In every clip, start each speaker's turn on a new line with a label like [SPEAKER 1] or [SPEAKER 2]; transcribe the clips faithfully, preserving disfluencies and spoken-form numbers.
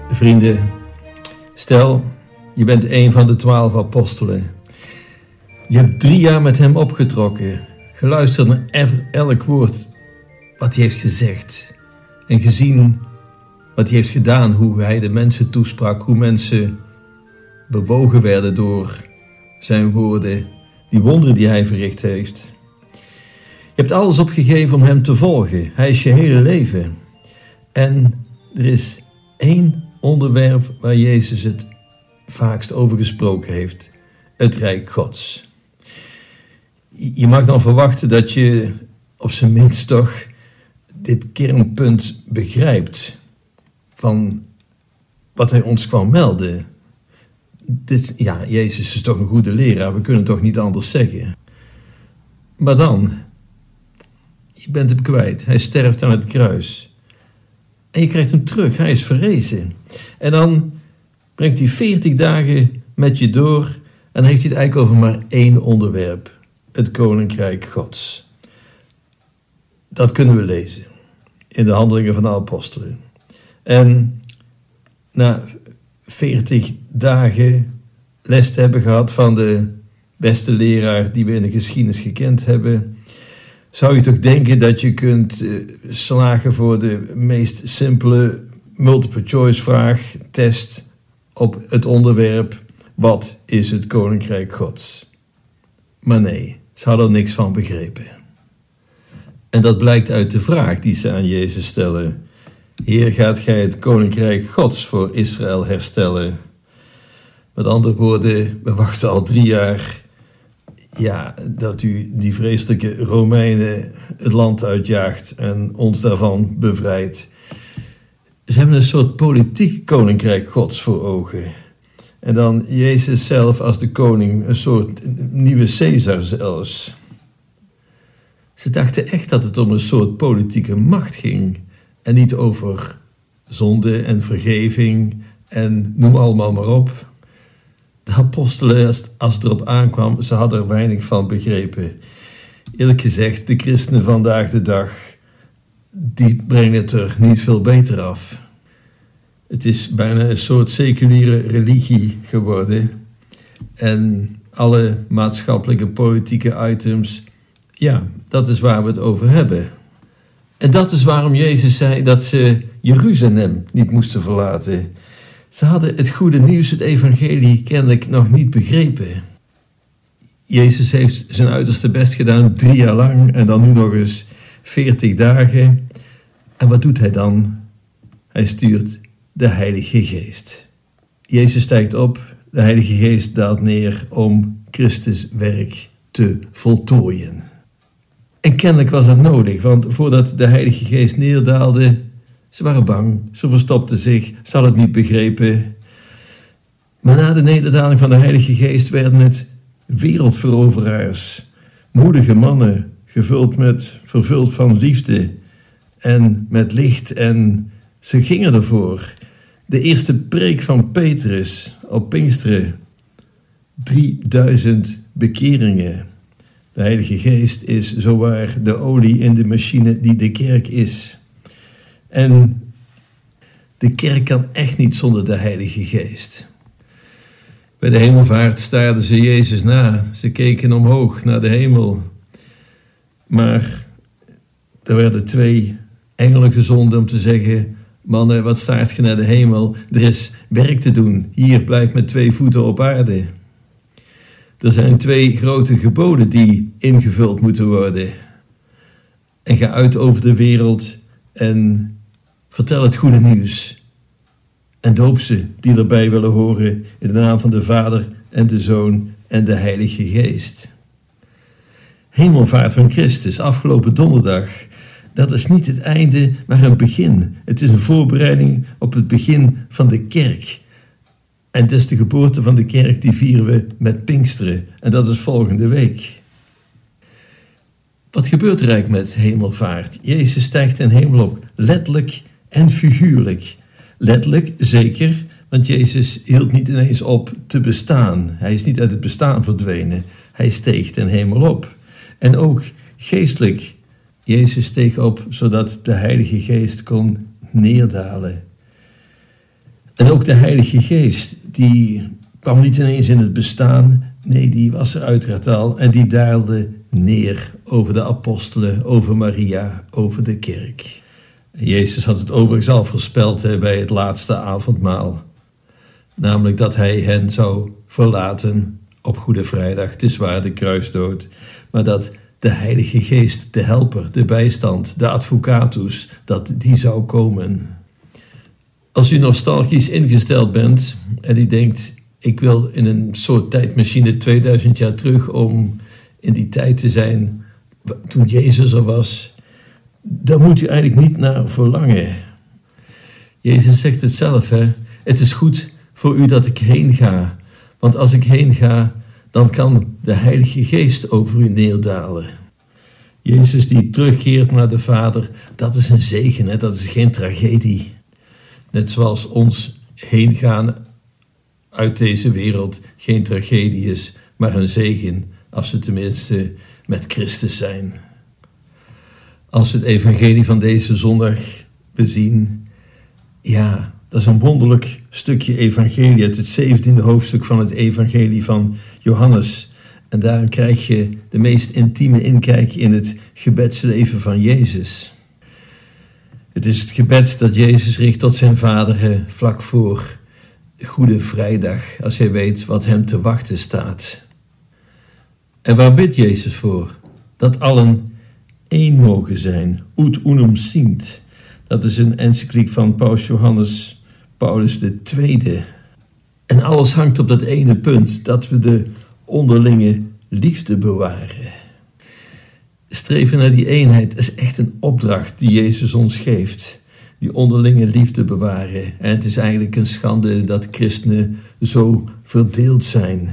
[SPEAKER 1] Vrienden, stel, je bent een van de twaalf apostelen. Je hebt drie jaar met hem opgetrokken, geluisterd naar elk woord wat hij heeft gezegd en gezien wat hij heeft gedaan, hoe hij de mensen toesprak, hoe mensen bewogen werden door zijn woorden, die wonderen die hij verricht heeft. Je hebt alles opgegeven om hem te volgen. Hij is je hele leven. En er is één onderwerp waar Jezus het vaakst over gesproken heeft: het Rijk Gods. Je mag dan verwachten dat je op zijn minst toch dit kernpunt begrijpt van wat hij ons kwam melden. Dit, ja, Jezus is toch een goede leraar, we kunnen toch niet anders zeggen. Maar dan, je bent hem kwijt, hij sterft aan het kruis. En je krijgt hem terug, hij is verrezen. En dan brengt hij veertig dagen met je door en dan heeft hij het eigenlijk over maar één onderwerp: het Koninkrijk Gods. Dat kunnen we lezen in de Handelingen van de Apostelen. En na veertig dagen les te hebben gehad van de beste leraar die we in de geschiedenis gekend hebben, zou je toch denken dat je kunt uh, slagen voor de meest simpele multiple choice vraag, test op het onderwerp: wat is het Koninkrijk Gods? Maar nee, ze hadden er niks van begrepen. En dat blijkt uit de vraag die ze aan Jezus stellen: Heer, gaat gij het Koninkrijk Gods voor Israël herstellen? Met andere woorden, we wachten al drie jaar ja, dat u die vreselijke Romeinen het land uitjaagt en ons daarvan bevrijdt. Ze hebben een soort politiek Koninkrijk Gods voor ogen. En dan Jezus zelf als de koning, een soort nieuwe Caesar zelfs. Ze dachten echt dat het om een soort politieke macht ging en niet over zonde en vergeving en noem allemaal maar op. De apostelen, als het erop aankwam, ze hadden er weinig van begrepen. Eerlijk gezegd, de christenen vandaag de dag, die brengen het er niet veel beter af. Het is bijna een soort seculiere religie geworden. En alle maatschappelijke politieke items, ja, dat is waar we het over hebben. En dat is waarom Jezus zei dat ze Jeruzalem niet moesten verlaten. Ze hadden het goede nieuws, het evangelie, kennelijk nog niet begrepen. Jezus heeft zijn uiterste best gedaan, drie jaar lang, en dan nu nog eens veertig dagen. En wat doet hij dan? Hij stuurt de Heilige Geest. Jezus stijgt op, de Heilige Geest daalt neer om Christus werk te voltooien. En kennelijk was dat nodig, want voordat de Heilige Geest neerdaalde, ze waren bang, ze verstopten zich, ze hadden het niet begrepen. Maar na de nederdaling van de Heilige Geest werden het wereldveroveraars, moedige mannen, gevuld met, vervuld van liefde en met licht, en ze gingen ervoor. De eerste preek van Petrus op Pinksteren, drieduizend bekeringen. De Heilige Geest is zowaar de olie in de machine die de kerk is. En de kerk kan echt niet zonder de Heilige Geest. Bij de hemelvaart staarden ze Jezus na. Ze keken omhoog naar de hemel. Maar er werden twee engelen gezonden om te zeggen: mannen, wat staart je naar de hemel? Er is werk te doen. Hier, blijf met twee voeten op aarde. Er zijn twee grote geboden die ingevuld moeten worden. En ga uit over de wereld en vertel het goede nieuws. En doop ze die erbij willen horen in de naam van de Vader en de Zoon en de Heilige Geest. Hemelvaart van Christus, afgelopen donderdag. Dat is niet het einde, maar een begin. Het is een voorbereiding op het begin van de kerk. En het is de geboorte van de kerk, die vieren we met Pinksteren. En dat is volgende week. Wat gebeurt er eigenlijk met hemelvaart? Jezus stijgt ten hemel op, letterlijk en figuurlijk. Letterlijk, zeker, want Jezus hield niet ineens op te bestaan. Hij is niet uit het bestaan verdwenen. Hij steeg ten hemel op. En ook geestelijk. Jezus steeg op, zodat de Heilige Geest kon neerdalen. En ook de Heilige Geest, die kwam niet ineens in het bestaan. Nee, die was er uiteraard al en die daalde neer over de apostelen, over Maria, over de kerk. En Jezus had het overigens al voorspeld hè, bij het laatste avondmaal. Namelijk dat hij hen zou verlaten op Goede Vrijdag, het is waar, de kruisdood. Maar dat de Heilige Geest, de helper, de bijstand, de advocatus, dat die zou komen. Als u nostalgisch ingesteld bent en u denkt, ik wil in een soort tijdmachine tweeduizend jaar terug om in die tijd te zijn toen Jezus er was, daar moet u eigenlijk niet naar verlangen. Jezus zegt het zelf, hè? Het is goed voor u dat ik heen ga, want als ik heen ga, dan kan de Heilige Geest over u neerdalen. Jezus die terugkeert naar de Vader, dat is een zegen, hè? Dat is geen tragedie. Net zoals ons heen gaan uit deze wereld geen tragedie is, maar een zegen als we tenminste met Christus zijn. Als we het evangelie van deze zondag bezien, ja, dat is een wonderlijk stukje evangelie uit het zeventiende hoofdstuk van het evangelie van Johannes. En daar krijg je de meest intieme inkijk in het gebedsleven van Jezus. Het is het gebed dat Jezus richt tot zijn Vader vlak voor Goede Vrijdag, als hij weet wat hem te wachten staat. En waar bidt Jezus voor? Dat allen één mogen zijn, ut unum sint. Dat is een encycliek van Paus Johannes Paulus de Tweede. En alles hangt op dat ene punt, dat we de onderlinge liefde bewaren. Streven naar die eenheid is echt een opdracht die Jezus ons geeft. Die onderlinge liefde bewaren. En het is eigenlijk een schande dat christenen zo verdeeld zijn.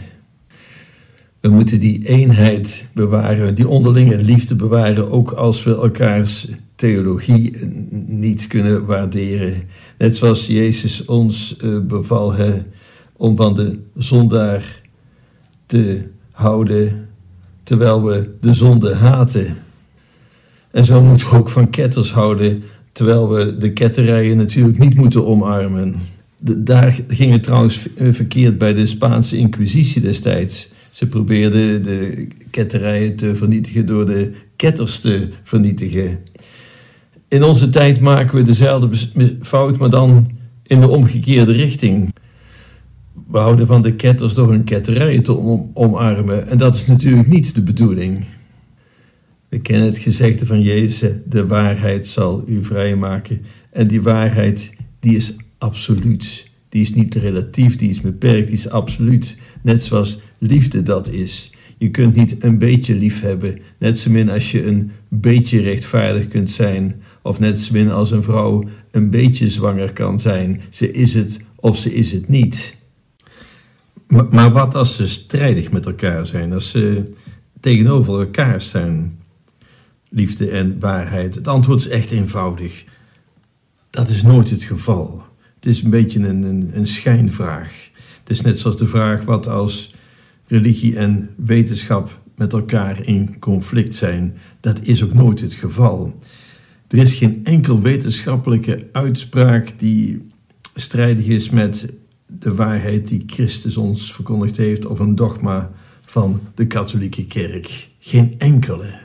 [SPEAKER 1] We moeten die eenheid bewaren, die onderlinge liefde bewaren, ook als we elkaars theologie niet kunnen waarderen. Net zoals Jezus ons uh, beval he, om van de zondaar te houden, terwijl we de zonde haten. En zo moeten we ook van ketters houden, terwijl we de ketterijen natuurlijk niet moeten omarmen. De, daar ging het trouwens verkeerd bij de Spaanse Inquisitie destijds. Ze probeerden de ketterijen te vernietigen door de ketters te vernietigen. In onze tijd maken we dezelfde fout, maar dan in de omgekeerde richting. We houden van de ketters door hun ketterijen te om, omarmen. En dat is natuurlijk niet de bedoeling. We kennen het gezegde van Jezus, de waarheid zal u vrijmaken. En die waarheid, die is absoluut. Die is niet relatief, die is beperkt, die is absoluut. Net zoals liefde dat is. Je kunt niet een beetje lief hebben, net zo min als je een beetje rechtvaardig kunt zijn. Of net zo min als een vrouw een beetje zwanger kan zijn. Ze is het of ze is het niet. Maar, maar wat als ze strijdig met elkaar zijn? Als ze tegenover elkaar zijn? Liefde en waarheid. Het antwoord is echt eenvoudig. Dat is nooit het geval. Het is een beetje een, een, een schijnvraag. Het is net zoals de vraag wat als religie en wetenschap met elkaar in conflict zijn. Dat is ook nooit het geval. Er is geen enkel wetenschappelijke uitspraak die strijdig is met de waarheid die Christus ons verkondigd heeft of een dogma van de katholieke kerk. Geen enkele.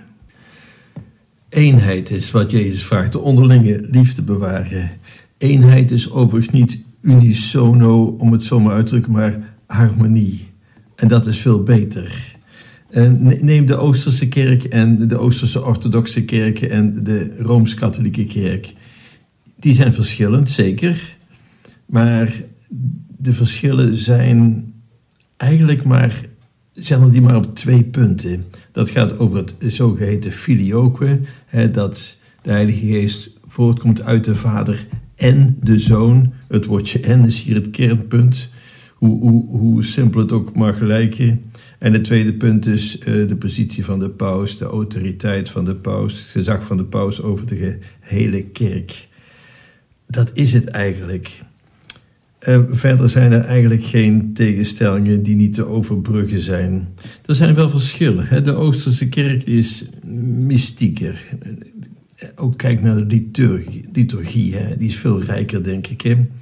[SPEAKER 1] Eenheid is wat Jezus vraagt, de onderlinge liefde bewaren. Eenheid is overigens niet unisono, om het zo maar uit te drukken, maar harmonie. En dat is veel beter. Neem de Oosterse kerk en de Oosterse orthodoxe kerk en de Rooms-katholieke kerk. Die zijn verschillend, zeker. Maar de verschillen zijn eigenlijk maar, zijn er die maar op twee punten. Dat gaat over het zogeheten filioque, hè, dat de Heilige Geest voortkomt uit de Vader en de Zoon. Het woordje en is hier het kernpunt, hoe, hoe, hoe simpel het ook mag lijken. En het tweede punt is uh, de positie van de paus, de autoriteit van de paus, het gezag van de paus over de gehele kerk. Dat is het eigenlijk. Uh, verder zijn er eigenlijk geen tegenstellingen die niet te overbruggen zijn. Er zijn wel verschillen. Hè? De Oosterse kerk is mystieker. Ook kijk naar de liturgie, liturgie hè? Die is veel rijker, denk ik. Hè?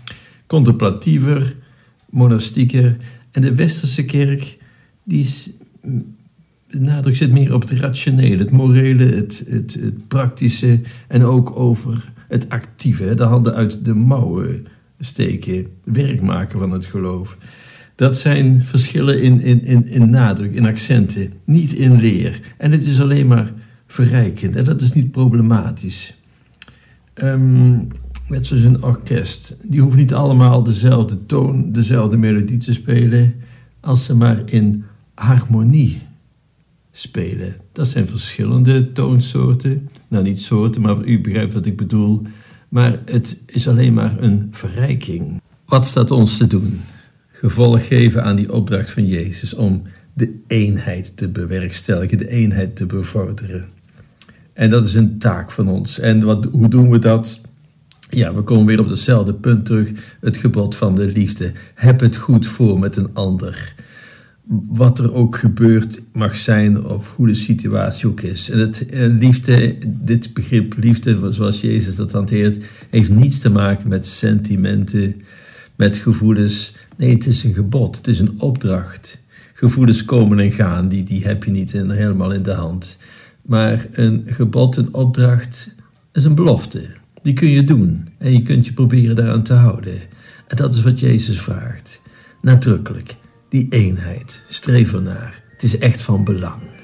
[SPEAKER 1] contemplatiever, monastieker. En de westerse kerk, die is, de nadruk zit meer op het rationele, het morele, het, het, het praktische en ook over het actieve, de handen uit de mouwen steken, werk maken van het geloof. Dat zijn verschillen in, in, in, in nadruk, in accenten, niet in leer. En het is alleen maar verrijkend en dat is niet problematisch. Um, net zoals een orkest, die hoeven niet allemaal dezelfde toon, dezelfde melodie te spelen, als ze maar in harmonie spelen. Dat zijn verschillende toonsoorten. Nou, niet soorten, maar u begrijpt wat ik bedoel. Maar het is alleen maar een verrijking. Wat staat ons te doen? Gevolg geven aan die opdracht van Jezus om de eenheid te bewerkstelligen, de eenheid te bevorderen. En dat is een taak van ons. En wat, hoe doen we dat? Ja, we komen weer op hetzelfde punt terug. Het gebod van de liefde. Heb het goed voor met een ander. Wat er ook gebeurd mag zijn of hoe de situatie ook is. En het eh, liefde, dit begrip liefde, zoals Jezus dat hanteert, heeft niets te maken met sentimenten, met gevoelens. Nee, het is een gebod, het is een opdracht. Gevoelens komen en gaan, die, die heb je niet in, helemaal in de hand. Maar een gebod, een opdracht, is een belofte. Die kun je doen en je kunt je proberen daaraan te houden. En dat is wat Jezus vraagt. Nadrukkelijk, die eenheid, streef ernaar. Het is echt van belang.